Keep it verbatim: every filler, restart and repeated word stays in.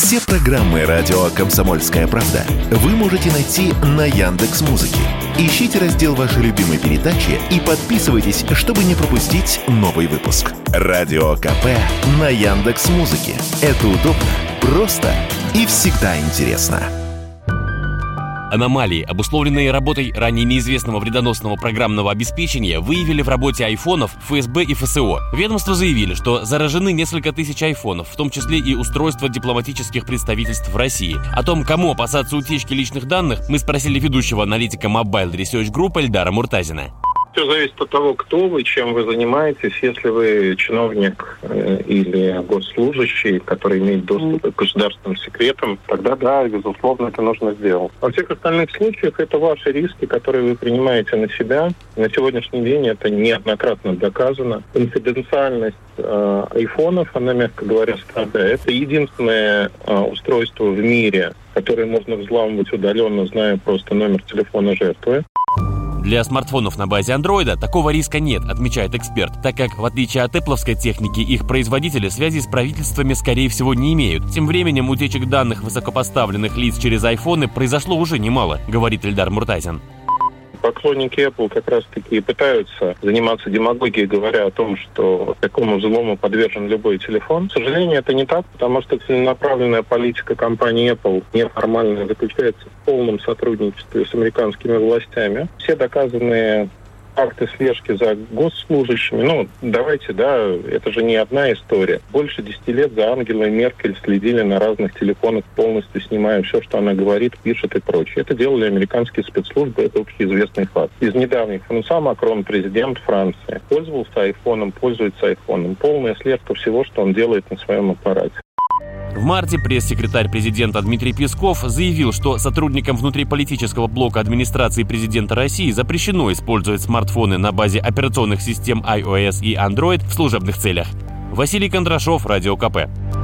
Все программы радио «Комсомольская правда» вы можете найти на Яндекс.Музыке. Ищите раздел вашей любимой передачи и подписывайтесь, чтобы не пропустить новый выпуск. Радио КП на Яндекс.Музыке. Это удобно, просто и всегда интересно. Аномалии, обусловленные работой ранее неизвестного вредоносного программного обеспечения, выявили в работе айфонов ФСБ и ФСО. Ведомства заявили, что заражены несколько тысяч айфонов, в том числе и устройства дипломатических представительств в России. О том, кому опасаться утечки личных данных, мы спросили ведущего аналитика Mobile Research Group Эльдара Муртазина. Все зависит от того, кто вы, чем вы занимаетесь. Если вы чиновник э, или госслужащий, который имеет доступ к государственным секретам, тогда да, безусловно, это нужно сделать. Во всех остальных случаях это ваши риски, которые вы принимаете на себя. На сегодняшний день это неоднократно доказано. Конфиденциальность э, айфонов, она, мягко говоря, страдает. Это единственное э, устройство в мире, которое можно взламывать удаленно, зная просто номер телефона жертвы. Для смартфонов на базе андроида такого риска нет, отмечает эксперт, так как, в отличие от Apple-овской техники, их производители связи с правительствами, скорее всего, не имеют. Тем временем утечек данных высокопоставленных лиц через айфоны произошло уже немало, говорит Эльдар Муртазин. Поклонники Apple как раз-таки и пытаются заниматься демагогией, говоря о том, что такому взлому подвержен любой телефон. К сожалению, это не так, потому что целенаправленная политика компании Apple неформальная заключается в полном сотрудничестве с американскими властями. Все доказанные акты слежки за госслужащими, ну, давайте, да, это же не одна история. Больше десяти лет за Ангелой Меркель следили на разных телефонах, полностью снимая все, что она говорит, пишет и прочее. Это делали американские спецслужбы, это общеизвестный факт. Из недавних, Франсуа Макрон, президент Франции, пользовался айфоном, пользуется айфоном. Полная слежка всего, что он делает на своем аппарате. В марте пресс-секретарь президента Дмитрий Песков заявил, что сотрудникам внутриполитического блока администрации президента России запрещено использовать смартфоны на базе операционных систем iOS и Android в служебных целях. Василий Кондрашов, Радио КП.